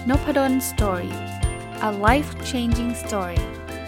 Nopadon Story. A life-changing story.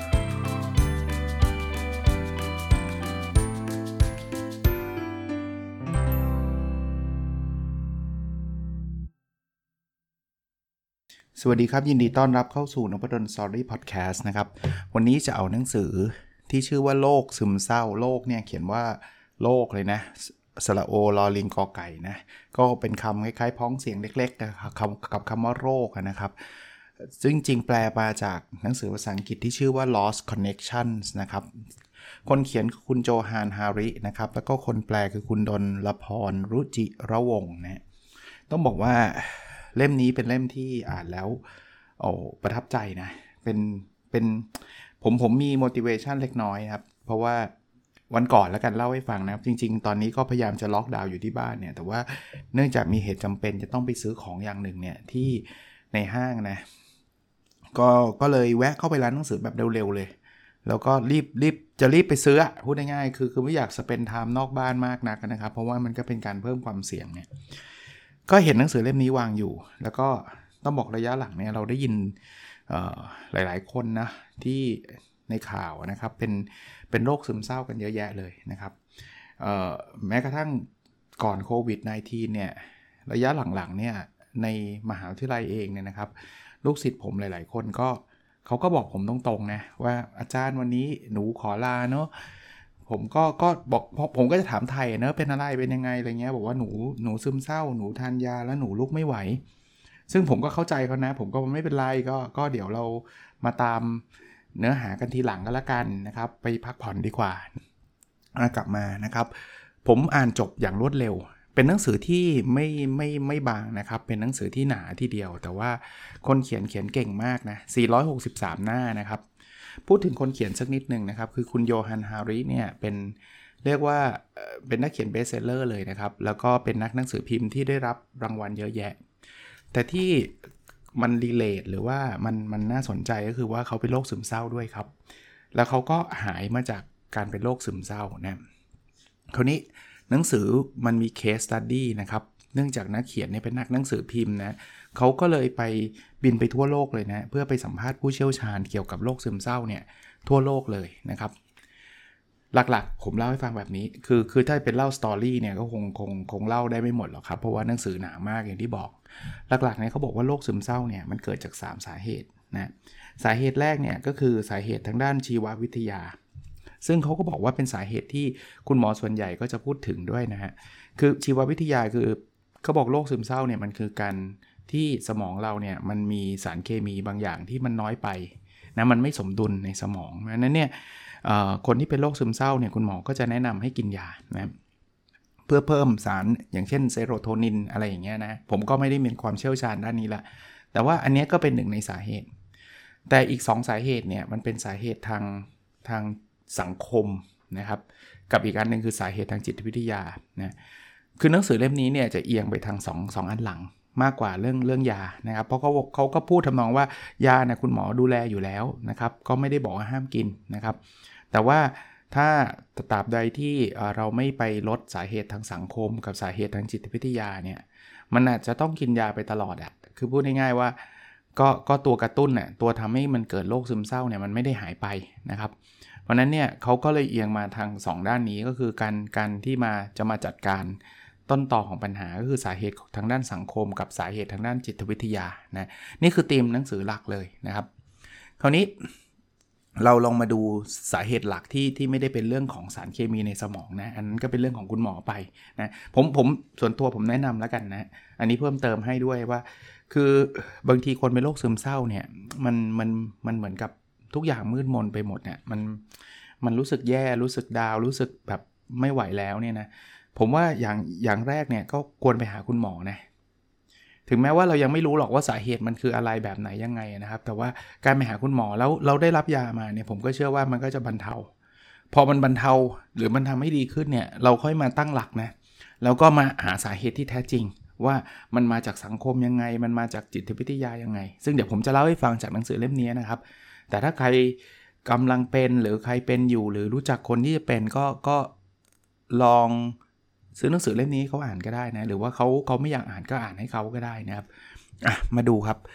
สวัสดีครับยินดีต้อนรับเข้าสู่ Nopadon Story Podcast นะครับวันนี้จะเอาหนังสือที่ชื่อว่าโรคซึมเศร้าโรคเนี่ยเขียนว่าโรคเลยนะสระโอลอลิงกอไก่นะก็เป็นคำคล้ายๆพ้องเสียงเล็กๆนะครับกับคำว่าโรคนะครับซึ่งจริงแปลมาจากหนังสือภาษาอังกฤษที่ชื่อว่า Lost Connections นะครับคนเขียนคือคุณโจฮานฮารินะครับแล้วก็คนแปลคือคุณดลพรรุจิระวงศ์นะต้องบอกว่าเล่มนี้เป็นเล่มที่อ่านแล้วประทับใจนะเป็นผมมี motivation เล็กน้อยครับเพราะว่าวันก่อนแล้วกันเล่าให้ฟังนะครับจริงๆตอนนี้ก็พยายามจะล็อกดาวน์อยู่ที่บ้านเนี่ยแต่ว่าเนื่องจากมีเหตุจำเป็นจะต้องไปซื้อของอย่างหนึ่งเนี่ยที่ในห้างนะก็เลยแวะเข้าไปร้านหนังสือแบบเร็วๆเลยแล้วก็รีบไปซื้อพูดง่ายๆคือไม่อยากสเปนไทม์นอกบ้านมากนักนะครับเพราะว่ามันก็เป็นการเพิ่มความเสี่ยงเนี่ยก็เห็นหนังสือเล่มนี้วางอยู่แล้วก็ต้องบอกระยะหลังเนี่ยเราได้ยินหลายๆคนนะที่ในข่าวนะครับเป็นโรคซึมเศร้ากันเยอะแยะเลยนะครับแม้กระทั่งก่อนโควิด -19 เนี่ยระยะหลังๆเนี่ยในมหาวิทยาลัยเองเนี่ยนะครับลูกศิษย์ผมหลายๆคนก็เขาก็บอกผมตรงๆนะว่าอาจารย์วันนี้หนูขอลาเนาะผมก็บอกผมก็จะถามไทยเนอะเป็นอะไรเป็นยังไงอะไรเงี้ยบอกว่าหนูซึมเศร้าหนูทานยาแล้วหนูลุกไม่ไหวซึ่งผมก็เข้าใจเขานะผมก็ไม่เป็นไรก็เดี๋ยวเรามาตามเนื้อหากันทีหลังก็แล้วกันนะครับไปพักผ่อนดีกว่ากลับมานะครับผมอ่านจบอย่างรวดเร็วเป็นหนังสือที่ไม่บางนะครับเป็นหนังสือที่หนาทีเดียวแต่ว่าคนเขียนเก่งมากนะ463หน้านะครับพูดถึงคนเขียนสักนิดนึงนะครับคือคุณโยฮันฮาริเนี่ยเป็นเรียกว่าเป็นนักเขียนเบสเซลเลอร์เลยนะครับแล้วก็เป็นนักหนังสือพิมพ์ที่ได้รับรางวัลเยอะแยะแต่ที่มันรีเลทหรือว่ามันน่าสนใจก็คือว่าเขาเป็นโรคซึมเศร้าด้วยครับแล้วเขาก็หายมาจากการเป็นโรคซึมเศร้านะคราวนี้หนังสือมันมีเคสสตัดดี้นะครับเนื่องจากนักเขียนเนี่ยเป็นนักหนังสือพิมพ์นะเขาก็เลยไปบินไปทั่วโลกเลยนะเพื่อไปสัมภาษณ์ผู้เชี่ยวชาญเกี่ยวกับโรคซึมเศร้าเนี่ยทั่วโลกเลยนะครับหลักๆผมเล่าให้ฟังแบบนี้คือถ้าเป็นเล่าสตอรี่เนี่ยก็คงเล่าได้ไม่หมดหรอกครับเพราะว่าหนังสือหนามากอย่างที่บอกหลักๆเนี่ยเขาบอกว่าโรคซึมเศร้าเนี่ยมันเกิดจาก3สาเหตุนะสาเหตุแรกเนี่ยก็คือสาเหตุทางด้านชีววิทยาซึ่งเขาก็บอกว่าเป็นสาเหตุที่คุณหมอส่วนใหญ่ก็จะพูดถึงด้วยนะฮะคือชีววิทยาคือเขาบอกโรคซึมเศร้าเนี่ยมันคือการที่สมองเราเนี่ยมันมีสารเคมีบางอย่างที่มันน้อยไปนะมันไม่สมดุลในสมองเพราะฉะนั้นเนี่ยคนที่เป็นโรคซึมเศร้าเนี่ยคุณหมอก็จะแนะนำให้กินยานะเพื่อเพิ่มสารอย่างเช่นเซโรโทนินอะไรอย่างเงี้ยนะผมก็ไม่ได้มีความเชี่ยวชาญด้านนี้ละแต่ว่าอันนี้ก็เป็นหนึ่งในสาเหตุแต่อีก2สาเหตุเนี่ยมันเป็นสาเหตุทางสังคมนะครับกับอีกอันนึงคือสาเหตุทางจิตวิทยานะคือหนังสือเล่มนี้เนี่ยจะเอียงไปทาง2อันหลังมากกว่าเรื่องยานะครับเพราะเขาก็พูดทำนองว่ายานะคุณหมอดูแลอยู่แล้วนะครับก็ไม่ได้บอกว่าห้ามกินนะครับแต่ว่าถ้าตราบใดที่เราไม่ไปลดสาเหตุทางสังคมกับสาเหตุทางจิตวิทยาเนี่ยมันอาจจะต้องกินยาไปตลอดคือพูดง่ายๆว่าก็ตัวกระตุ้นน่ะตัวทำให้มันเกิดโรคซึมเศร้าเนี่ยมันไม่ได้หายไปนะครับเพราะนั้นเนี่ยเขาก็เลยเอียงมาทาง2ด้านนี้ก็คือการที่จะมาจัดการต้นตอของปัญหาก็คือสาเหตุทางด้านสังคมกับสาเหตุทางด้านจิตวิทยานะนี่คือธีมหนังสือหลักเลยนะครับคราวนี้เราลองมาดูสาเหตุหลักที่ไม่ได้เป็นเรื่องของสารเคมีในสมองนะอันนั้นก็เป็นเรื่องของคุณหมอไปนะผมส่วนตัวผมแนะนำแล้วกันนะอันนี้เพิ่มเติมให้ด้วยว่าคือบางทีคนเป็นโรคซึมเศร้าเนี่ยมันเหมือนกับทุกอย่างมืดมนไปหมดเนี่ยมันรู้สึกแย่รู้สึกดาวรู้สึกแบบไม่ไหวแล้วเนี่ยนะผมว่าอย่างแรกเนี่ยก็ควรไปหาคุณหมอนะถึงแม้ว่าเรายังไม่รู้หรอกว่าสาเหตุมันคืออะไรแบบไหนยังไงนะครับแต่ว่าการไปหาคุณหมอแล้วเราได้รับยามาเนี่ยผมก็เชื่อว่ามันก็จะบรรเทาพอมันบรรเทาหรือมันทำให้ดีขึ้นเนี่ยเราค่อยมาตั้งหลักนะแล้วก็มาหาสาเหตุที่แท้จริงว่ามันมาจากสังคมยังไงมันมาจากจิตวิทยายังไงซึ่งเดี๋ยวผมจะเล่าให้ฟังจากหนังสือเล่มนี้นะครับแต่ถ้าใครกำลังเป็นหรือใครเป็นอยู่หรือรู้จักคนที่จะเป็นก็ลองซื้อหนังสือเล่มนี้เขาอ่านก็ได้นะหรือว่าเขาไม่อยากอ่านก็อ่านให้เขาก็ได้นะครับมาดูครับ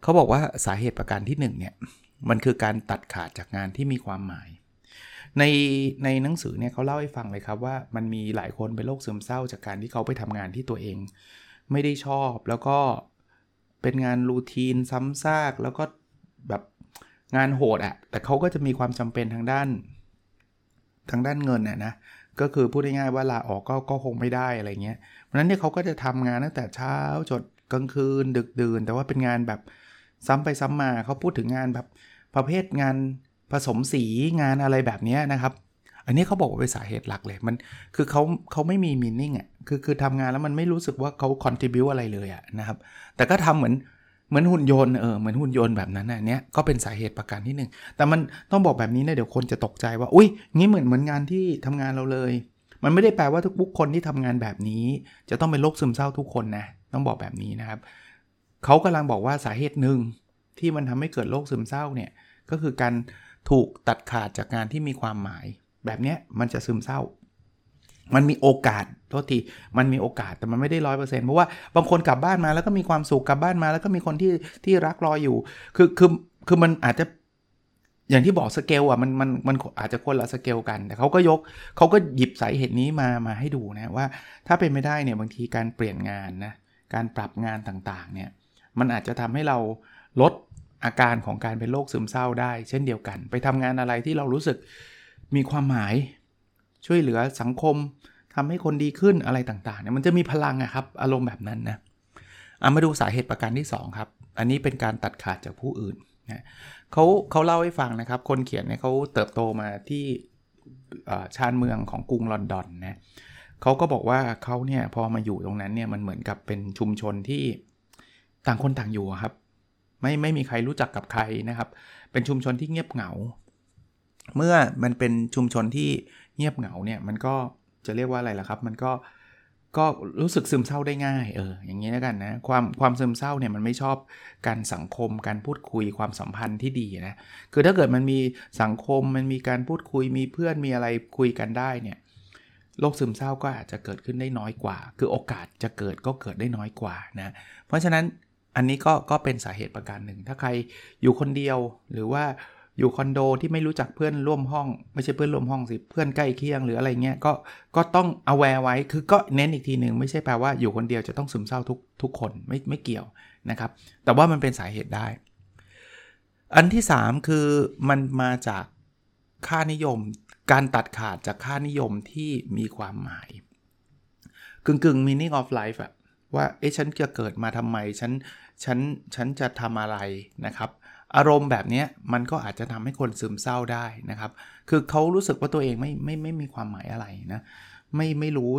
เขาบอกว่าสาเหตุประการที่1เนี่ยมันคือการตัดขาดจากงานที่มีความหมายในหนังสือเนี่ยเขาเล่าให้ฟังเลยครับว่ามันมีหลายคนเป็นโรคซึมเศร้าจากการที่เขาไปทำงานที่ตัวเองไม่ได้ชอบแล้วก็เป็นงานรูทีนซ้ำซากแล้วก็แบบงานโหดอะแต่เขาก็จะมีความจำเป็นทางด้านเงินนะก็คือพูดง่ายๆว่าลาออกก็คงไม่ได้อะไรเงี้ยเพราะฉะนั้นเนี่ยเขาก็จะทำงานตั้งแต่เช้าจนกลางคืนดึกดื่นแต่ว่าเป็นงานแบบซ้ำไปซ้ำมาเขาพูดถึงงานแบบประเภทงานผสมสีงานอะไรแบบนี้นะครับอันนี้เขาบอกว่าเป็นสาเหตุหลักเลยมันคือเขาไม่มีมีนิ่งอ่ะคือทำงานแล้วมันไม่รู้สึกว่าเขา contribute อะไรเลยอ่ะนะครับแต่ก็ทำเหมือนหุ่นยนต์เหมือนหุ่นยนต์แบบนั้นน่ะเนี้ยก็เป็นสาเหตุประการที่1แต่มันต้องบอกแบบนี้นะเดี๋ยวคนจะตกใจว่าอุ๊ยงี้เหมือนงานที่ทำงานเราเลยมันไม่ได้แปลว่าทุกคนที่ทำงานแบบนี้จะต้องเป็นโรคซึมเศร้าทุกคนนะต้องบอกแบบนี้นะครับเขากำลังบอกว่าสาเหตุหนึ่งที่มันทำให้เกิดโรคซึมเศร้าเนี่ยก็คือการถูกตัดขาดจากงานที่มีความหมายแบบนี้มันจะซึมเศร้ามันมีโอกาสโทษทีมันมีโอกาสแต่มันไม่ได้ 100% เพราะว่าบางคนกลับบ้านมาแล้วก็มีความสุขกลับบ้านมาแล้วก็มีคนที่รักรออยู่คือมันอาจจะอย่างที่บอกสเกลอ่ะมันอาจจะคนละสเกลกันแต่เขาก็หยิบสาเหตุนี้มาให้ดูนะว่าถ้าเป็นไม่ได้เนี่ยบางทีการเปลี่ยนงานนะการปรับงานต่างๆเนี่ยมันอาจจะทำให้เราลดอาการของการเป็นโรคซึมเศร้าได้เช่นเดียวกันไปทำงานอะไรที่เรารู้สึกมีความหมายช่วยเหลือสังคมทำให้คนดีขึ้นอะไรต่างๆเนี่ยมันจะมีพลังอะครับอารมณ์แบบนั้นนะมาดูสาเหตุประการที่2ครับอันนี้เป็นการตัดขาดจากผู้อื่นนะเขาเล่าให้ฟังนะครับคนเขียนเนี่ยเขาเติบโตมาที่ชานเมืองของกรุงลอนดอนนะเขาก็บอกว่าเขาเนี่ยพอมาอยู่ตรงนั้นเนี่ยมันเหมือนกับเป็นชุมชนที่ต่างคนต่างอยู่ครับไม่มีใครรู้จักกับใครนะครับเป็นชุมชนที่เงียบเหงาเมื่อมันเป็นชุมชนที่เงียบเหงาเนี่ยมันก็จะเรียกว่าอะไรล่ะครับมันก็รู้สึกซึมเศร้าได้ง่ายอย่างนี้แล้วกันนะความซึมเศร้าเนี่ยมันไม่ชอบการสังคมการพูดคุยความสัมพันธ์ที่ดีนะคือถ้าเกิดมันมีสังคมมันมีการพูดคุยมีเพื่อนมีอะไรคุยกันได้เนี่ยโรคซึมเศร้าก็อาจจะเกิดขึ้นได้น้อยกว่าคือโอกาสจะเกิดก็เกิดได้น้อยกว่านะเพราะฉะนั้นอันนี้ก็เป็นสาเหตุประการหนึ่งถ้าใครอยู่คนเดียวหรือว่าอยู่คอนโดที่ไม่รู้จักเพื่อนร่วมห้องไม่ใช่เพื่อนร่วมห้องสิเพื่อนใกล้เคียงหรืออะไรเงี้ยก็ต้อง aware ไว้คือก็เน้นอีกทีนึงไม่ใช่แปลว่าอยู่คนเดียวจะต้องซึมเศร้าทุกคนไม่เกี่ยวนะครับแต่ว่ามันเป็นสาเหตุได้อันที่3คือมันมาจากค่านิยมการตัดขาดจากค่านิยมที่มีความหมายกึ่ง meaning of life อะว่าฉันจะเกิดมาทำไมฉันจะทำอะไรนะครับอารมณ์แบบนี้มันก็อาจจะทำให้คนซึมเศร้าได้นะครับคือเขารู้สึกว่าตัวเองไม่มีความหมายอะไรนะไม่รู้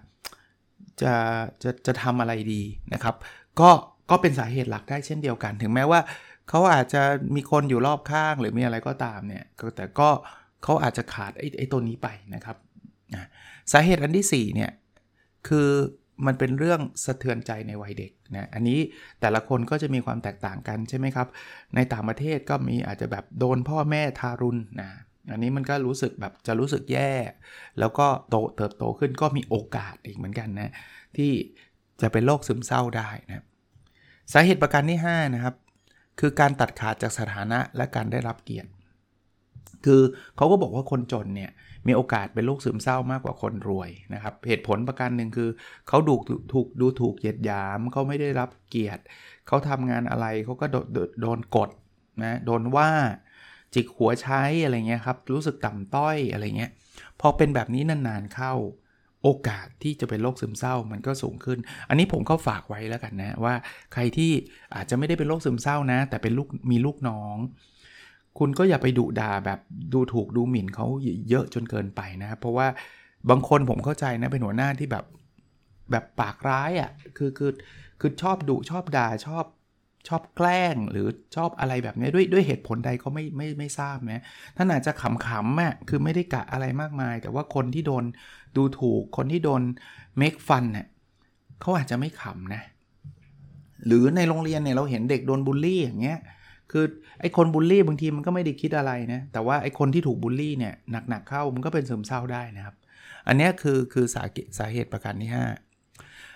จะทำอะไรดีนะครับก็เป็นสาเหตุหลักได้เช่นเดียวกันถึงแม้ว่าเขาอาจจะมีคนอยู่รอบข้างหรือมีอะไรก็ตามเนี่ยแต่ก็เขาอาจจะขาดไอ้ตัวนี้ไปนะครับสาเหตุอันที่4เนี่ยคือมันเป็นเรื่องสะเทือนใจในวัยเด็กนะอันนี้แต่ละคนก็จะมีความแตกต่างกันใช่ไหมครับในต่างประเทศก็มีอาจจะแบบโดนพ่อแม่ทารุณนะอันนี้มันก็รู้สึกแบบจะรู้สึกแย่แล้วก็เติบโตขึ้นก็มีโอกาสอีกเหมือนกันนะที่จะเป็นโรคซึมเศร้าได้นะสาเหตุประการที่5นะครับคือการตัดขาดจากสถานะและการได้รับเกียรติคือเขาก็บอกว่าคนจนเนี่ยมีโอกาสเป็นโรคซึมเศร้ามากกว่าคนรวยนะครับเหตุผลประการหนึ่งคือเขาดูถูกเหยียดหยามเขาไม่ได้รับเกียรติเขาทำงานอะไรเขาก็โดนกดนะโดนว่าจิกหัวใช้อะไรเงี้ยครับรู้สึกต่ำต้อยอะไรเงี้ยพอเป็นแบบนี้นานๆเข้าโอกาสที่จะเป็นโรคซึมเศร้ามันก็สูงขึ้นอันนี้ผมก็ฝากไว้แล้วกันนะว่าใครที่อาจจะไม่ได้เป็นโรคซึมเศร้านะแต่เป็นมีลูกน้องคุณก็อย่าไปดุด่าแบบดูถูกดูหมิ่นเขาเยอะจนเกินไปนะครับเพราะว่าบางคนผมเข้าใจนะเป็นหัวหน้าที่แบบปากร้ายอ่ะคือชอบดุชอบด่าชอบแกล้งหรือชอบอะไรแบบนี้ด้วยเหตุผลใดก็ไม่ทราบนะท่านอาจจะขำๆอ่ะคือไม่ได้กะอะไรมากมายแต่ว่าคนที่โดนดูถูกคนที่โดน make fun เนี่ยเขาอาจจะไม่ขำนะหรือในโรงเรียนเนี่ยเราเห็นเด็กโดนบูลลี่อย่างเงี้ยคือไอ้คนบูลลี่บางทีมันก็ไม่ได้คิดอะไรนะแต่ว่าไอ้คนที่ถูกบูลลี่เนี่ยหนักๆเข้ามันก็เป็นซึมเศร้าได้นะครับอันนี้คือสาเหตุประการที่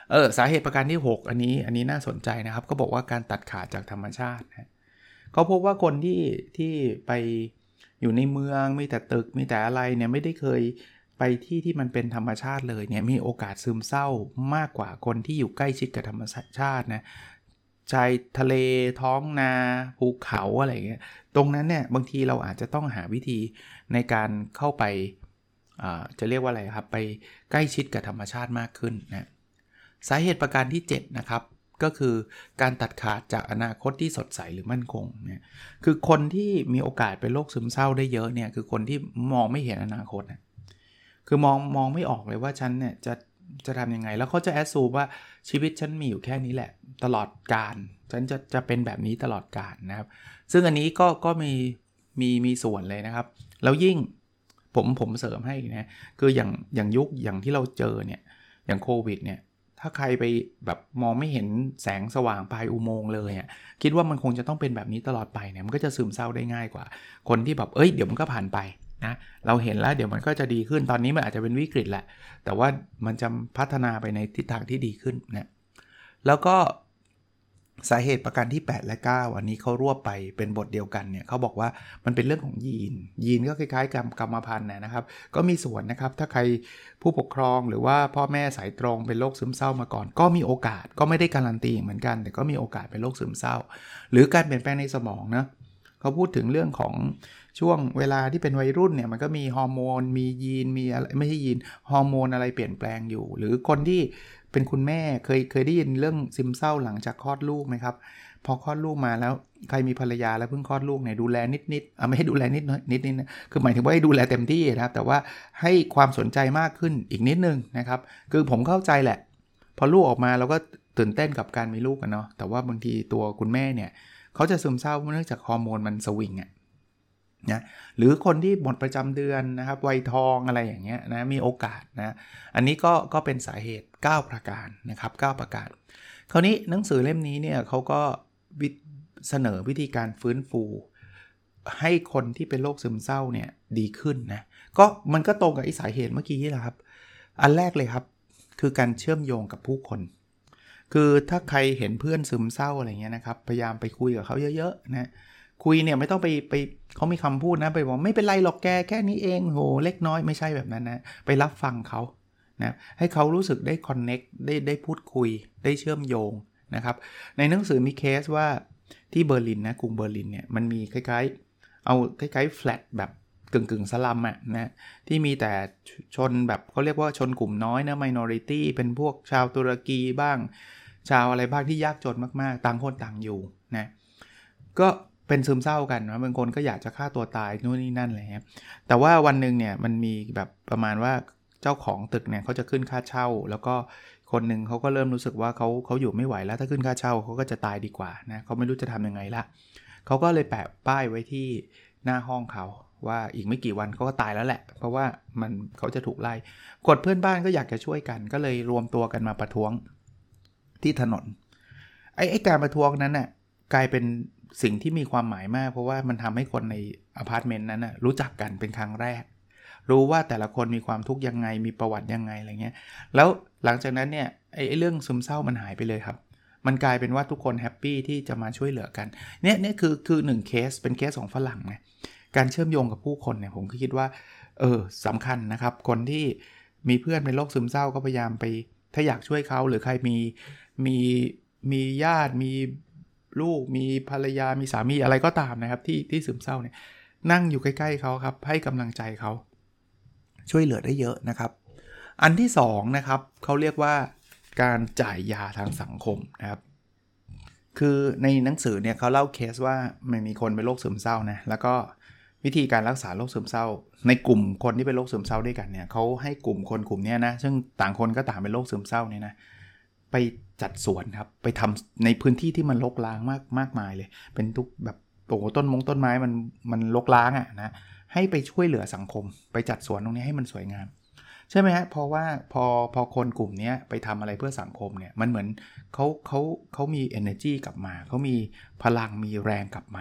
สาเหตุประการที่6อันนี้น่าสนใจนะครับก็บอกว่าการตัดขาดจากธรรมชาตินะเขาพบว่าคนที่ไปอยู่ในเมืองมีแต่ตึกมีแต่อะไรเนี่ยไม่ได้เคยไปที่มันเป็นธรรมชาติเลยเนี่ยมีโอกาสซึมเศร้ามากกว่าคนที่อยู่ใกล้ชิดกับธรรมชาตินะชายทะเลท้องนาภูเขาอะไรอย่างเงี้ยตรงนั้นเนี่ยบางทีเราอาจจะต้องหาวิธีในการเข้าไปจะเรียกว่าอะไรครับไปใกล้ชิดกับธรรมชาติมากขึ้นนะสาเหตุประการที่7นะครับก็คือการตัดขาดจากอนาคตที่สดใสหรือมั่นคงเนี่ยคือคนที่มีโอกาสเป็นโรคซึมเศร้าได้เยอะเนี่ยคือคนที่มองไม่เห็นอนาคตนะคือมองไม่ออกเลยว่าฉันเนี่ยจะทำยังไงแล้วเขาจะแอสซูมว่าชีวิตฉันมีอยู่แค่นี้แหละตลอดกาลฉันจะเป็นแบบนี้ตลอดกาลนะครับซึ่งอันนี้ก็มีส่วนเลยนะครับแล้วยิ่งผมเสริมให้นะคืออย่างยุคอย่างที่เราเจอเนี่ยอย่างโควิดเนี่ยถ้าใครไปแบบมองไม่เห็นแสงสว่างปลายอุโมงค์เลยอ่ะคิดว่ามันคงจะต้องเป็นแบบนี้ตลอดไปเนี่ยมันก็จะซึมเศร้าได้ง่ายกว่าคนที่แบบเดี๋ยวมันก็ผ่านไปนะเราเห็นแล้วเดี๋ยวมันก็จะดีขึ้นตอนนี้มันอาจจะเป็นวิกฤตแหละแต่ว่ามันจะพัฒนาไปในทิศทางที่ดีขึ้นนะแล้วก็สาเหตุประการที่8และ9อันนี้เขารวบไปเป็นบทเดียวกันเนี่ยเขาบอกว่ามันเป็นเรื่องของยีนก็คล้ายๆกับกรรมพันธุ์นะครับก็มีส่วนนะครับถ้าใครผู้ปกครองหรือว่าพ่อแม่สายตรงเป็นโรคซึมเศร้ามาก่อนก็มีโอกาสก็ไม่ได้การันตีเหมือนกันแต่ก็มีโอกาสเป็นโรคซึมเศร้าหรือการเปลี่ยนแปลงในสมองนะเขาพูดถึงเรื่องของช่วงเวลาที่เป็นวัยรุ่นเนี่ยมันก็มีฮอร์โมนมียีนมีอะไรไม่ใช่ยีนฮอร์โมนอะไรเปลี่ยนแปลงอยู่หรือคนที่เป็นคุณแม่เคยได้ยินเรื่องซึมเศร้าหลังจากคลอดลูกไหมครับพอคลอดลูกมาแล้วใครมีภรรยาแล้วเพิ่งคลอดลูกเนี่ยดูแลนิดไม่ให้ดูแลนิดนะคือหมายถึงว่าให้ดูแลเต็มที่นะครับแต่ว่าให้ความสนใจมากขึ้นอีกนิดนึงนะครับคือผมเข้าใจแหละพอลูกออกมาเราก็ตื่นเต้นกับการมีลูกกันเนาะแต่ว่าบางทีตัวคุณแม่เนี่ยเขาจะซึมเศร้าเนื่องจากฮอร์โมนมันสวิงนะหรือคนที่หมดประจำเดือนนะครับวัยทองอะไรอย่างเงี้ยนะมีโอกาสนะอันนี้ก็เป็นสาเหตุ9ประการนะครับ9ประการคราวนี้หนังสือเล่มนี้เนี่ยเขาก็เสนอวิธีการฟื้นฟูให้คนที่เป็นโรคซึมเศร้าเนี่ยดีขึ้นนะก็มันก็ตรงกับไอ้สาเหตุเมื่อกี้นี่แหละครับอันแรกเลยครับคือการเชื่อมโยงกับผู้คนคือถ้าใครเห็นเพื่อนซึมเศร้าอะไรเงี้ยนะครับพยายามไปคุยกับเขาเยอะๆนะคุยเนี่ยไม่ต้องไปเขามีคำพูดนะไปบอกไม่เป็นไรหรอกแกแค่นี้เองโหเล็กน้อยไม่ใช่แบบนั้นนะไปรับฟังเขานะให้เขารู้สึกได้คอนเน็กได้พูดคุยได้เชื่อมโยงนะครับในหนังสือมีเคสว่าที่เบอร์ลินนะกรุงเบอร์ลินเนี่ยมันมีคล้ายๆแฟลตแบบกึ่งสลัมอ่ะนะที่มีแต่ชนแบบเขาเรียกว่าชนกลุ่มน้อยนะ minority เป็นพวกชาวตุรกีบ้างชาวอะไรบ้างที่ยากจนมากๆต่างคนต่างอยู่นะก็เป็นซึมเศร้ากันนะบางคนก็อยากจะฆ่าตัวตายนู่นนี่นั่นอะไรเงี้ยแต่ว่าวันนึงเนี่ยมันมีแบบประมาณว่าเจ้าของตึกเนี่ยเขาจะขึ้นค่าเช่าแล้วก็คนนึงเขาก็เริ่มรู้สึกว่าเขาอยู่ไม่ไหวแล้วถ้าขึ้นค่าเช่าเขาก็จะตายดีกว่านะเขาไม่รู้จะทำยังไงละเขาก็เลยแปะป้ายไว้ที่หน้าห้องเขาว่าอีกไม่กี่วันเขาก็ตายแล้วแหละเพราะว่าเขาจะถูกไล่กดเพื่อนบ้านก็อยากจะช่วยกันก็เลยรวมตัวกันมาประท้วงที่ถนนไอ้การประท้วงนั้นน่ะกลายเป็นสิ่งที่มีความหมายมากเพราะว่ามันทำให้คนในอพาร์ตเมนต์นั้นน่ะรู้จักกันเป็นครั้งแรกรู้ว่าแต่ละคนมีความทุกข์ยังไงมีประวัติยังไงอะไรเงี้ยแล้วหลังจากนั้นเนี่ยไอ้เรื่องซึมเศร้ามันหายไปเลยครับมันกลายเป็นว่าทุกคนแฮปปี้ที่จะมาช่วยเหลือกันเนี่ยคือ1เคสเป็นเคสของฝรั่งนะการเชื่อมโยงกับผู้คนเนี่ยผมก็คิดว่าสำคัญนะครับคนที่มีเพื่อนเป็นโรคซึมเศร้าก็พยายามไปถ้าอยากช่วยเขาหรือใครมีญาติมีลูกมีภรรยามีสามีอะไรก็ตามนะครับที่ซึมเศร้าเนี่ยนั่งอยู่ใกล้ๆเขาครับให้กำลังใจเขาช่วยเหลือได้เยอะนะครับอันที่2นะครับเขาเรียกว่าการจ่ายยาทางสังคมนะครับคือในหนังสือเนี่ยเขาเล่าเคสว่ามันมีคนเป็นโรคซึมเศร้านะแล้วก็วิธีการรักษาโรคซึมเศร้าในกลุ่มคนที่เป็นโรคซึมเศร้าด้วยกันเนี่ยเขาให้กลุ่มนี้นะซึ่งต่างคนก็ต่างเป็นโรคซึมเศร้าเนี่ยนะไปจัดสวนครับไปทำในพื้นที่ที่มันรกร้างมากมายเลยเป็นทุกแบบโอ้โหต้นไม้มันรกร้างอ่ะนะให้ไปช่วยเหลือสังคมไปจัดสวนตรงนี้ให้มันสวยงามใช่ไหมฮะเพราะว่าพอคนกลุ่มนี้ไปทำอะไรเพื่อสังคมเนี่ยมันเหมือนเขามี energy กลับมาเขามีพลังมีแรงกลับมา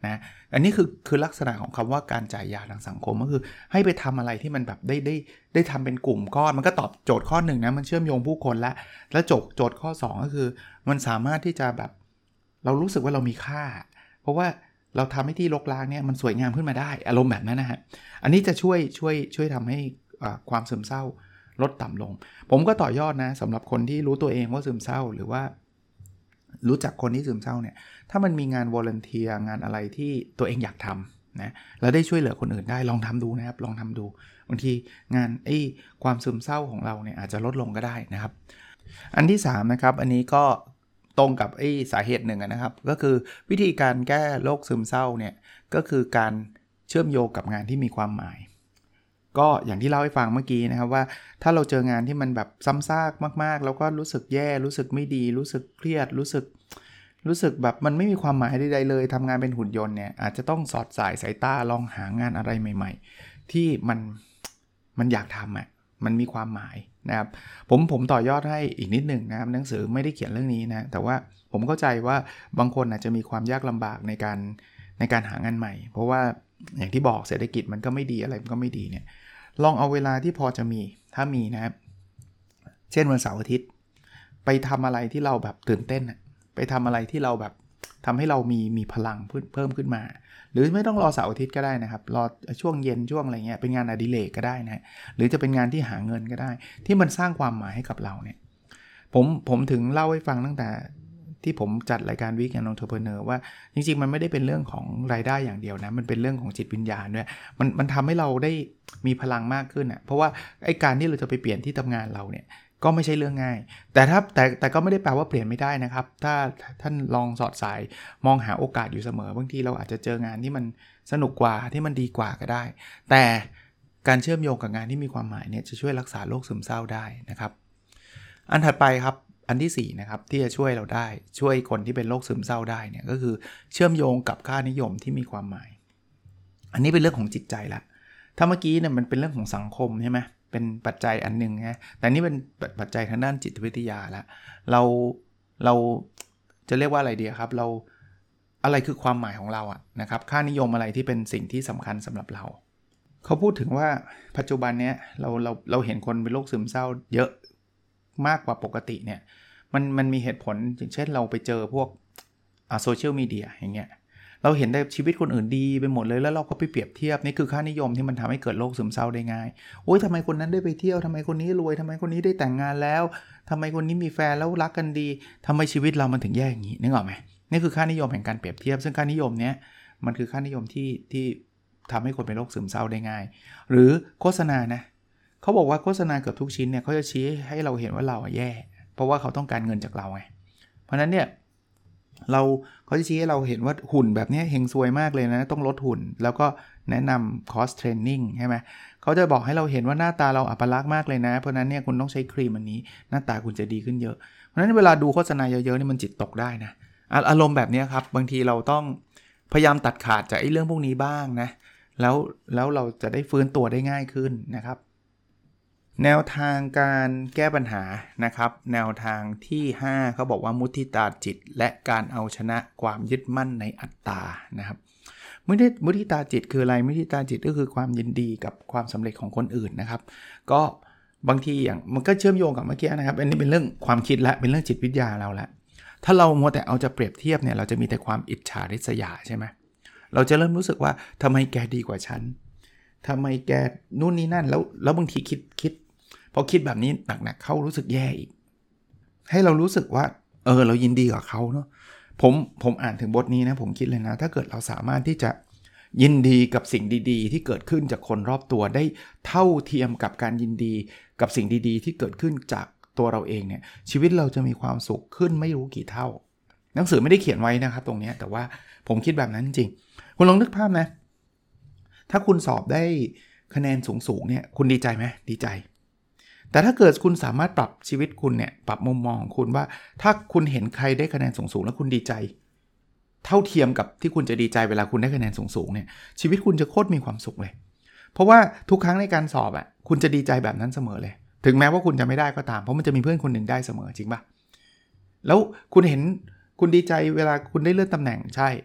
นะอันนี้คือลักษณะของคำว่าการจ่ายยาทางสังคมก็คือให้ไปทำอะไรที่มันแบบได้ทำเป็นกลุ่มก้อนมันก็ตอบโจทย์ข้อ1นะมันเชื่อมโยงผู้คนแล้วโจทย์ข้อ2ก็คือมันสามารถที่จะแบบเรารู้สึกว่าเรามีค่าเพราะว่าเราทำให้ที่รกร้างเนี่ยมันสวยงามขึ้นมาได้อารมณ์แบบนั้นนะฮะอันนี้จะช่วยทำให้ความซึมเศร้าลดต่ำลงผมก็ต่อยอดนะสำหรับคนที่รู้ตัวเองว่าซึมเศร้าหรือว่ารู้จักคนที่ซึมเศร้าเนี่ยถ้ามันมีงานวอลันเทียร์งานอะไรที่ตัวเองอยากทำนะแล้วได้ช่วยเหลือคนอื่นได้ลองทำดูนะครับลองทำดูบางทีงานความซึมเศร้าของเราเนี่ยอาจจะลดลงก็ได้นะครับอันที่3นะครับอันนี้ก็ตรงกับสาเหตุหนึ่งนะครับก็คือวิธีการแก้โรคซึมเศร้าเนี่ยก็คือการเชื่อมโยงกับงานที่มีความหมายก็อย่างที่เล่าให้ฟังเมื่อกี้นะครับว่าถ้าเราเจองานที่มันแบบซ้ำซากมากๆแล้วก็รู้สึกแย่รู้สึกไม่ดีรู้สึกเครียดรู้สึกแบบมันไม่มีความหมายใดๆเลยทำงานเป็นหุ่นยนต์เนี่ยอาจจะต้องสอดสายสายตาลองหางานอะไรใหม่ๆที่มันอยากทำมันมีความหมายนะครับผมต่อยอดให้อีกนิดหนึ่งนะครับหนังสือไม่ได้เขียนเรื่องนี้นะแต่ว่าผมเข้าใจว่าบางคนอาจจะมีความยากลำบากในการหางานใหม่เพราะว่าอย่างที่บอกเศรษฐกิจมันก็ไม่ดีอะไรมันก็ไม่ดีเนี่ยลองเอาเวลาที่พอจะมีถ้ามีนะครับเช่นวันเสาร์อาทิตย์ไปทำอะไรที่เราแบบตื่นเต้นไปทำอะไรที่เราแบบทำให้เรามีพลังเพิ่มขึ้นมาหรือไม่ต้องรอเสาร์อาทิตย์ก็ได้นะครับรอช่วงเย็นช่วงอะไรเงี้ยเป็นงานอดิเรกก็ได้นะหรือจะเป็นงานที่หาเงินก็ได้ที่มันสร้างความหมายให้กับเราเนี่ยผมถึงเล่าให้ฟังตั้งแต่ที่ผมจัดรายการ Weekend Entrepreneur ว่าจริงๆมันไม่ได้เป็นเรื่องของรายได้อย่างเดียวนะมันเป็นเรื่องของจิตวิญญาณด้วยมันทำให้เราได้มีพลังมากขึ้นเพราะว่าการที่เราจะไปเปลี่ยนที่ทำงานเราเนี่ยก็ไม่ใช่เรื่องง่ายแต่ก็ไม่ได้แปลว่าเปลี่ยนไม่ได้นะครับถ้าท่านลองสอดสายมองหาโอกาสอยู่เสมอบางทีเราอาจจะเจองานที่มันสนุกกว่าที่มันดีกว่าก็ได้แต่การเชื่อมโยงกับงานที่มีความหมายเนี่ยจะช่วยรักษาโรคซึมเศร้าได้นะครับอันถัดไปครับอันที่4นะครับที่จะช่วยเราได้ช่วยคนที่เป็นโรคซึมเศร้าได้เนี่ยก็คือเชื่อมโยงกับค่านิยมที่มีความหมายอันนี้เป็นเรื่องของจิตใจละถ้าเมื่อกี้เนี่ยมันเป็นเรื่องของสังคมใช่ไหมเป็นปัจจัยอันนึงนะแต่นี่เป็นปัจจัยทางด้านจิตวิทยาละเราจะเรียกว่าอะไรดีครับเราอะไรคือความหมายของเรานะครับค่านิยมอะไรที่เป็นสิ่งที่สำคัญสำหรับเราเขาพูดถึงว่าปัจจุบันเนี้ยเราเห็นคนเป็นโรคซึมเศร้าเยอะมากกว่าปกติเนี่ยมันมีเหตุผลอย่างเช่นเราไปเจอพวกโซเชียลมีเดียอย่างเงี้ยเราเห็นได้ชีวิตคนอื่นดีไปหมดเลยแล้วเราก็ไปเปรียบเทียบนี่คือค่านิยมที่มันทำให้เกิดโรคซึมเศร้าได้ง่ายโอ๊ยทำไมคนนั้นได้ไปเที่ยวทำไมคนนี้รวยทำไมคนนี้ได้แต่งงานแล้วทำไมคนนี้มีแฟนแล้วรักกันดีทำไมชีวิตเรามันถึงแย่อย่างนี้นึกออกไหมนี่คือค่านิยมแห่งการเปรียบเทียบซึ่งค่านิยมเนี้ยมันคือค่านิยมที่ทำให้คนเป็นโรคซึมเศร้าได้ง่ายหรือโฆษณานะเขาบอกว่าโฆษณาเกือบทุกชิ้นเนี่ยเขาจะชี้ให้เราเห็นว่าเราแย่เพราะว่าเขาต้องการเงินจากเราไงเพราะนั้นเนี่ยเขาจะชี้ให้เราเห็นว่าหุ่นแบบนี้เฮงซวยมากเลยนะต้องลดหุ่นแล้วก็แนะนำคอร์สเทรนนิ่งใช่ไหมเขาจะบอกให้เราเห็นว่าหน้าตาเราอัปลักษณ์มากเลยนะเพราะนั้นเนี่ยคุณต้องใช้ครีมอันนี้หน้าตาคุณจะดีขึ้นเยอะเพราะนั้นเวลาดูโฆษณาเยอะๆนี่มันจิตตกได้นะอารมณ์แบบนี้ครับบางทีเราต้องพยายามตัดขาดจากเรื่องพวกนี้บ้างนะแล้วเราจะได้ฟื้นตัวได้ง่ายขึ้นนะครับแนวทางการแก้ปัญหานะครับแนวทางที่5เขาบอกว่ามุทิตาจิตและการเอาชนะความยึดมั่นในอัตตานะครับมุทิตาจิตคืออะไรมุทิตาจิตก็คือความยินดีกับความสำเร็จของคนอื่นนะครับก็บางทีอย่างมันก็เชื่อมโยงกับเมื่อกี้นะครับอันนี้เป็นเรื่องความคิดและเป็นเรื่องจิตวิทยาเราละถ้าเรามัวแต่เอาจะเปรียบเทียบเนี่ยเราจะมีแต่ความอิจฉาริษยาใช่ไหมเราจะเริ่มรู้สึกว่าทำไมแกดีกว่าฉันทำไมแกนู่นนี่นั่นแล้วบางทีคิดพอคิดแบบนี้หนักๆเข้ารู้สึกแย่อีกให้เรารู้สึกว่าเรายินดีกับเขาเนาะผมอ่านถึงบทนี้นะผมคิดเลยนะถ้าเกิดเราสามารถที่จะยินดีกับสิ่งดีๆที่เกิดขึ้นจากคนรอบตัวได้เท่าเทียมกับการยินดีกับสิ่งดีๆที่เกิดขึ้นจากตัวเราเองเนี่ยชีวิตเราจะมีความสุขขึ้นไม่รู้กี่เท่าหนังสือไม่ได้เขียนไว้นะครับตรงนี้แต่ว่าผมคิดแบบนั้นจริงคุณลองนึกภาพนะถ้าคุณสอบได้คะแนนสูงๆเนี่ยคุณดีใจไหมดีใจแต่ถ้าเกิดคุณสามารถปรับชีวิตคุณเนี่ยปรับมุมมองของคุณว่าถ้าคุณเห็นใครได้คะแนนสูงๆแล้วคุณดีใจเท่าเทียมกับที่คุณจะดีใจเวลาคุณได้คะแนนสูงๆเนี่ยชีวิตคุณจะโคตรมีความสุขเลยเพราะว่าทุกครั้งในการสอบคุณจะดีใจแบบนั้นเสมอเลยถึงแม้ว่าคุณจะไม่ได้ก็ตามเพราะมันจะมีเพื่อนคนหนึ่งได้เสมอจริงป่ะแล้วคุณเห็นคุณดีใจเวลาคุณได้เลื่อนตำแหน่งใช่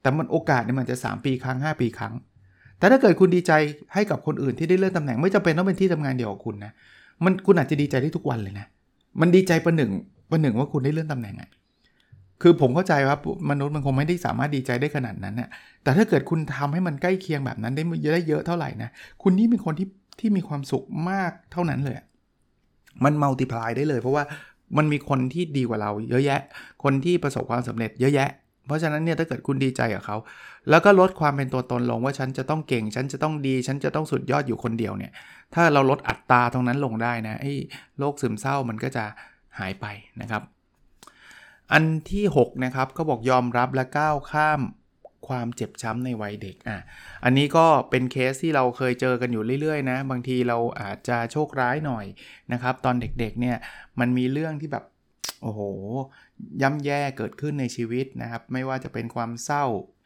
แต่มันโอกาสเนี่ยมันจะ3ปีครั้ง5ปีครั้งแต่ถ้าเกิดคุณดีใจให้กับคนอื่นที่ได้เลื่อนตำแหน่งไม่จำเป็นต้องเป็นที่ทำงานเดียวกับคุณนะคุณอาจจะดีใจได้ทุกวันเลยนะมันดีใจประหนึ่งว่าคุณได้เลื่อนตำแหน่งคือผมเข้าใจว่ามนุษย์มันคงไม่ได้สามารถดีใจได้ขนาดนั้นน่ะแต่ถ้าเกิดคุณทำให้มันใกล้เคียงแบบนั้นได้เยอะเท่าไหร่นะคุณนี่เป็นคนที่มีความสุขมากเท่านั้นเลยมันมัลติพลายได้เลยเพราะว่ามันมีคนที่ดีกว่าเราเยอะแยะคนที่ประสบความสำเร็จเยอะแยะเพราะฉะนั้นเนี่ยถ้าเกิดคุณดีใจกับเขาแล้วก็ลดความเป็นตัวตนลงว่าฉันจะต้องเก่งฉันจะต้องดีฉันจะต้องสุดยอดอยู่คนเดียวเนี่ยถ้าเราลดอัตราตรงนั้นลงได้นะไอ้โรคซึมเศร้ามันก็จะหายไปนะครับอันที่6นะครับเขาบอกยอมรับและก้าวข้ามความเจ็บช้ำในวัยเด็กอันนี้ก็เป็นเคสที่เราเคยเจอกันอยู่เรื่อยๆนะบางทีเราอาจจะโชคร้ายหน่อยนะครับตอนเด็กๆเนี่ยมันมีเรื่องที่แบบโอ้โหย่ำแย่เกิดขึ้นในชีวิตนะครับไม่ว่าจะเป็นความเศร้า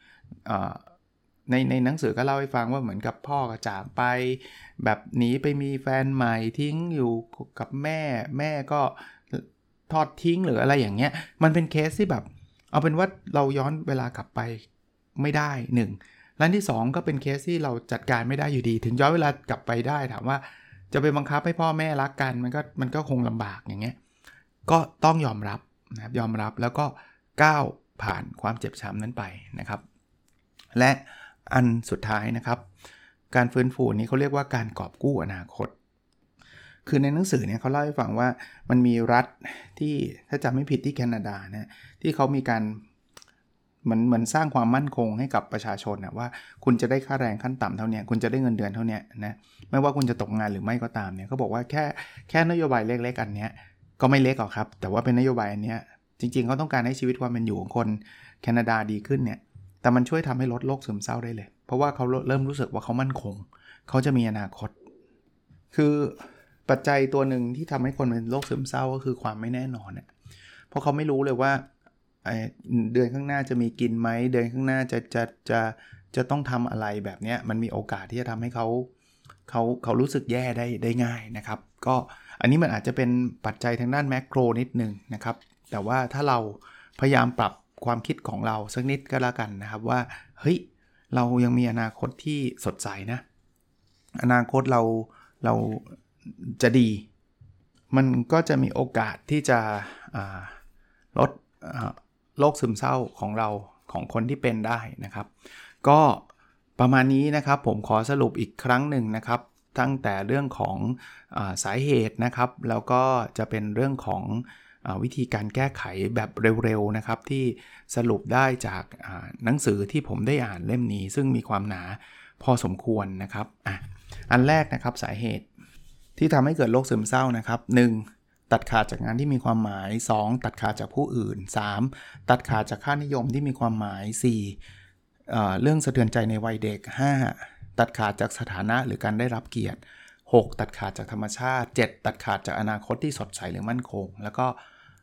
ในหนังสือก็เล่าให้ฟังว่าเหมือนกับพ่อก็จากไปแบบหนีไปมีแฟนใหม่ทิ้งอยู่กับแม่ก็ทอดทิ้งหรืออะไรอย่างเงี้ยมันเป็นเคสที่แบบเอาเป็นว่าเราย้อนเวลากลับไปไม่ได้1และที่2ก็เป็นเคสที่เราจัดการไม่ได้อยู่ดีถึงย้อนเวลากลับไปได้ถามว่าจะไปบังคับให้พ่อแม่รักกันมันก็คงลำบากอย่างเงี้ยก็ต้องยอมรับนะครับยอมรับแล้วก็ก้าวผ่านความเจ็บช้ำนั้นไปนะครับและอันสุดท้ายนะครับการฟื้นฟูนี้เขาเรียกว่าการกอบกู้อนาคตคือในหนังสือเนี่ยเขาเล่าให้ฟังว่ามันมีรัฐที่ถ้าจำไม่ผิดที่แคนาดานะที่เขามีการเหมือนสร้างความมั่นคงให้กับประชาชนนะว่าคุณจะได้ค่าแรงขั้นต่ำเท่านี้คุณจะได้เงินเดือนเท่านี้นะไม่ว่าคุณจะตกงานหรือไม่ก็ตามเนี่ยเขาบอกว่าแค่นโยบายเล็กๆอันเนี้ยก็ไม่เล็กหรอกครับแต่ว่าเป็นนโยบายอันเนี้ยจริงๆเขาต้องการให้ชีวิตความเป็นอยู่ของคนแคนาดาดีขึ้นเนี่ยแต่มันช่วยทำให้ลดโรคซึมเศร้าได้เลยเพราะว่าเขาเริ่มรู้สึกว่าเขามั่นคงเขาจะมีอนาคตคือปัจจัยตัวหนึ่งที่ทำให้คนเป็นโรคซึมเศร้าก็คือความไม่แน่นอนเนี่ยเพราะเขาไม่รู้เลยว่าเดือนข้างหน้าจะมีกินไหมเดือนข้างหน้าจะต้องทำอะไรแบบนี้มันมีโอกาสที่จะทำให้เขารู้สึกแย่ได้ง่ายนะครับก็อันนี้มันอาจจะเป็นปัจจัยทางด้านแมกโรนิดนึงนะครับแต่ว่าถ้าเราพยายามปรับความคิดของเราสักนิดก็แล้วกันนะครับว่าเฮ้ยเรายังมีอนาคตที่สดใสนะอนาคตเราจะดีมันก็จะมีโอกาสที่จะลดโรคซึมเศร้าของเราของคนที่เป็นได้นะครับก็ประมาณนี้นะครับผมขอสรุปอีกครั้งหนึ่งนะครับตั้งแต่เรื่องของสาเหตุนะครับแล้วก็จะเป็นเรื่องของวิธีการแก้ไขแบบเร็วๆนะครับที่สรุปได้จากหนังสือที่ผมได้อ่านเล่มนี้ซึ่งมีความหนาพอสมควรนะครับอันแรกนะครับสาเหตุที่ทำให้เกิดโรคซึมเศร้านะครับ1ตัดขาดจากงานที่มีความหมาย2ตัดขาดจากผู้อื่น3ตัดขาดจากค่านิยมที่มีความหมาย4เรื่องสะเทือนใจในวัยเด็ก5ตัดขาดจากสถานะหรือการได้รับเกียรติ6ตัดขาดจากธรรมชาติ7ตัดขาดจากอนาคตที่สดใสหรือมั่นคงแล้วก็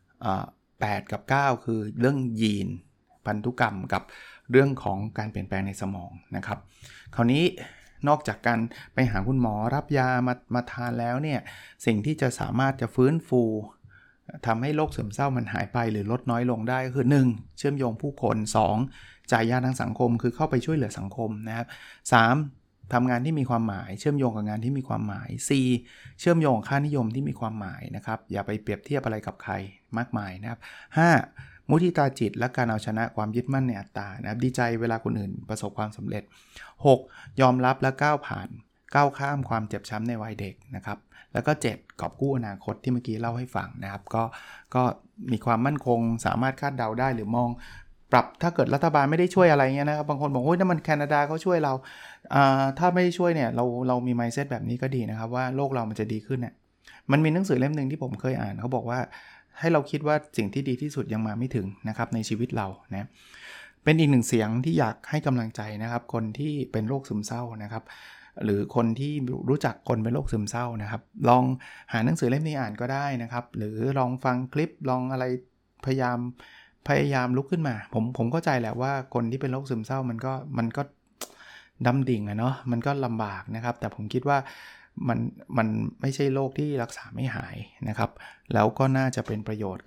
8กับ9คือเรื่องยีนพันธุกรรมกับเรื่องของการเปลี่ยนแปลงในสมองนะครับคราวนี้นอกจากการไปหาคุณหมอรับยามาทานแล้วเนี่ยสิ่งที่จะสามารถจะฟื้นฟูทำให้โรคซึมเศร้ามันหายไปหรือลดน้อยลงได้ก็คือ1เชื่อมโยงผู้คน2จ่ายยาทางสังคมคือเข้าไปช่วยเหลือสังคมนะครับ3ทำงานที่มีความหมายเชื่อมโยงกับงานที่มีความหมาย4เชื่อมโยงค่านิยมที่มีความหมายนะครับอย่าไปเปรียบเทียบอะไรกับใครมากมายนะครับ5มุทิตาจิตและการเอาชนะความยึดมั่นในอัตตานะครับดีใจเวลาคนอื่นประสบความสำเร็จ6ยอมรับและก้าวข้ามความเจ็บช้ำในวัยเด็กนะครับแล้วก็7กอบกู้อนาคตที่เมื่อกี้เล่าให้ฟังนะครับก็มีความมั่นคงสามารถคาดเดาได้หรือมองปรับถ้าเกิดรัฐบาลไม่ได้ช่วยอะไรเงี้ยนะครับบางคนบอกโอ้ยนั่นมันแคนาดาเขาช่วยเราถ้าไม่ได้ช่วยเนี่ยเรามี mindset แบบนี้ก็ดีนะครับว่าโลกเรามันจะดีขึ้นเนี่ยมันมีหนังสือเล่มนึงที่ผมเคยอ่านเขาบอกว่าให้เราคิดว่าสิ่งที่ดีที่สุดยังมาไม่ถึงนะครับในชีวิตเรานะเป็นอีกหนึ่งเสียงที่อยากให้กำลังใจนะครับคนที่เป็นโรคซึมเศร้านะครับหรือคนที่รู้จักคนเป็นโรคซึมเศร้านะครับลองหาหนังสือเล่มนี้อ่านก็ได้นะครับหรือลองฟังคลิปลองอะไรพยายามลุกขึ้นมาผมเข้าใจแหละว่าคนที่เป็นโรคซึมเศร้ามันก็ดำดิ่งเนาะมันก็ลำบากนะครับแต่ผมคิดว่ามันไม่ใช่โรคที่รักษาไม่หายนะครับแล้วก็น่าจะเป็นประโยชน์กับ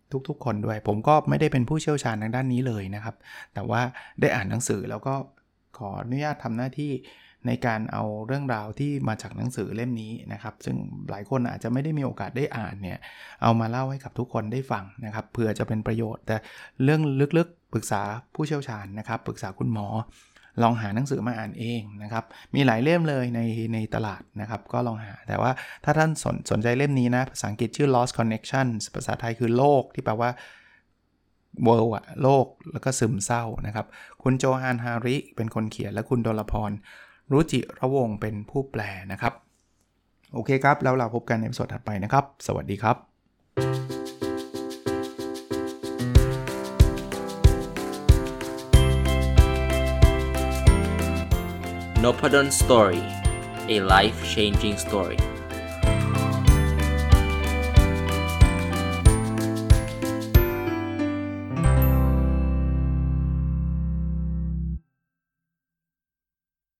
ทุกๆคนด้วยผมก็ไม่ได้เป็นผู้เชี่ยวชาญทางด้านนี้เลยนะครับแต่ว่าได้อ่านหนังสือแล้วก็ขออนุญาตทำหน้าที่ในการเอาเรื่องราวที่มาจากหนังสือเล่มนี้นะครับซึ่งหลายคนอาจจะไม่ได้มีโอกาสได้อ่านเนี่ยเอามาเล่าให้กับทุกคนได้ฟังนะครับเพื่อจะเป็นประโยชน์แต่เรื่องลึกๆปรึกษาผู้เชี่ยวชาญนะครับปรึกษาคุณหมอลองหาหนังสือมาอ่านเองนะครับมีหลายเล่มเลยในตลาดนะครับก็ลองหาแต่ว่าถ้าท่านสนใจเล่มนี้นะภาษาอังกฤษชื่อ Lost Connections ภาษาไทยคือโลกที่แปลว่า world อะโลกแล้วก็ซึมเศร้านะครับคุณโจฮันฮาริเป็นคนเขียนและคุณดลพรรุจิระวงศ์เป็นผู้แปลนะครับโอเคครับแล้วเราพบกันในตอนถัดไปนะครับสวัสดีครับ Nopadon Story, a life-changing story.